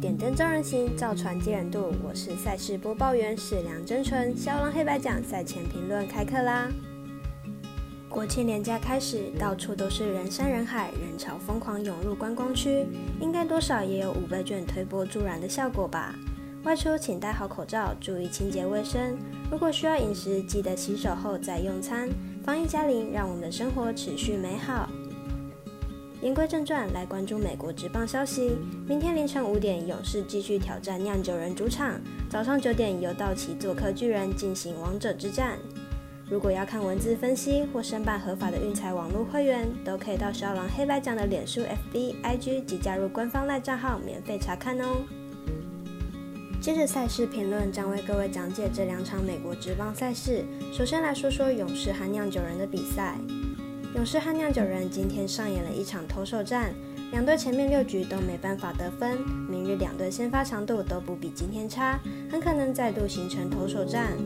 点灯照人行，造船接人度。我是赛事播报员史梁真纯。骁龙黑白奖赛前评论开课啦！国庆连假开始，到处都是人山人海，人潮疯狂涌入观光区，应该多少也有5倍券推波助澜的效果吧？外出请戴好口罩，注意清洁卫生。如果需要饮食，记得洗手后再用餐。防疫加零，让我们的生活持续美好。言归正传，来关注美国职棒消息。明天凌晨5点，勇士继续挑战酿酒人主场；早上9点，由道奇做客巨人进行王者之战。如果要看文字分析或申办合法的运彩网络会员，都可以到骁龙黑白奖的脸书、FB、IG 及加入官方赖账号免费查看哦。接着赛事评论将为各位讲解这2场美国职棒赛事。首先来说说勇士和酿酒人的比赛。勇士和酿酒人今天上演了一场投手战，两队前面6局都没办法得分，明日两队先发强度都不比今天差，很可能再度形成投手战。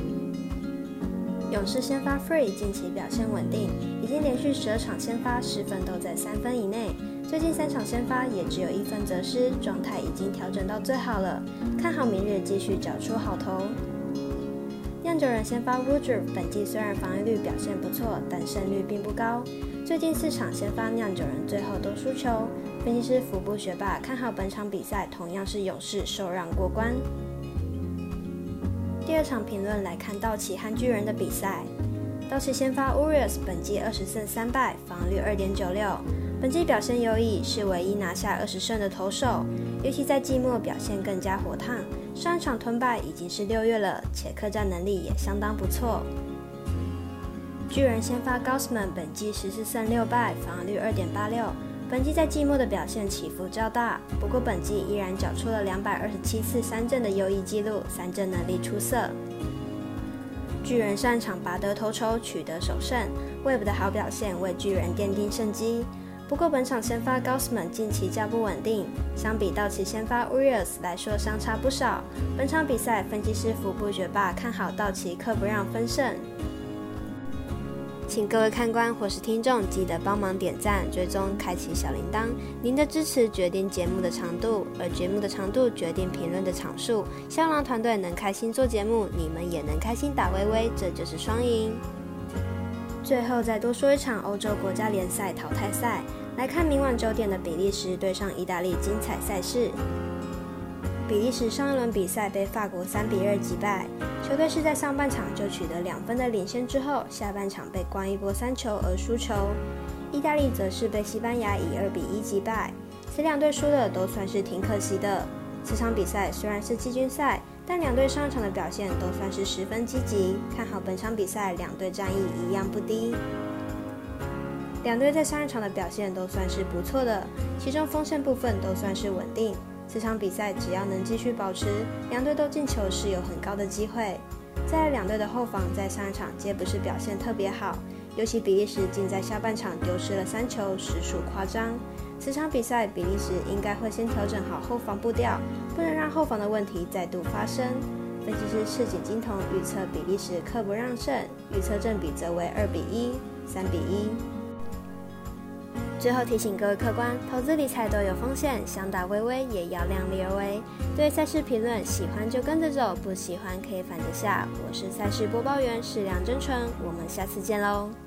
勇士先发 Free 近期表现稳定，已经连续12场先发10分都在3分以内，最近3场先发也只有1分责失，状态已经调整到最好了，看好明日继续缴出好投。酿酒人先发 Woodruff 本季虽然防御率表现不错，但胜率并不高。最近4场先发酿酒人最后都输球，分析师福布学霸看好本场比赛同样是勇士受让过关。第2场评论来看道奇和巨人的比赛。道奇先发 Urias 本季20胜3败，防御率 2.96， 本季表现优异，是唯一拿下20胜的投手，尤其在季末表现更加火烫。上一场吞败已经是6月了，且客战能力也相当不错。巨人先发 Gausman 本季14胜6败，防御率 2.86， 本季在季末的表现起伏较大，不过本季依然缴出了227次3振的优异纪录，3振能力出色。巨人上一场拔得头筹，取得首胜 ，Webb 的好表现为巨人奠定胜机。不过本场先发 Gausman 近期较不稳定，相比道奇先发 Urias 来说相差不少。本场比赛分析师福布学霸看好道奇客不让分胜。请各位看官或是听众记得帮忙点赞、追踪、开启小铃铛。您的支持决定节目的长度，而节目的长度决定评论的场数。骁龙团队能开心做节目，你们也能开心打微微，这就是双赢。最后再多说一场欧洲国家联赛淘汰赛，来看明晚9点的比利时对上意大利精彩赛事。比利时上一轮比赛被法国3比2击败，球队是在上半场就取得2分的领先之后，下半场被灌一波3球而输球。意大利则是被西班牙以2比1击败，此2队输的都算是挺可惜的。这场比赛虽然是季军赛，但2队上一场的表现都算是10分积极，看好本场比赛2队战意一样不低。2队在上一场的表现都算是不错的，其中锋线部分都算是稳定。这场比赛只要能继续保持，2队都进球是有很高的机会。再来2队的后防在上一场皆不是表现特别好，尤其比利时竟在下半场丢失了3球，实属夸张。此场比赛比利时应该会先调整好后防步调，不能让后防的问题再度发生。分析师赤井金童预测比利时客不让胜，预测正比则为2比1、3比1。最后提醒各位客官，投资理财都有风险，想打微微也要量力而为。对赛事评论喜欢就跟着走，不喜欢可以反着下。我是赛事播报员史梁真纯，我们下次见喽。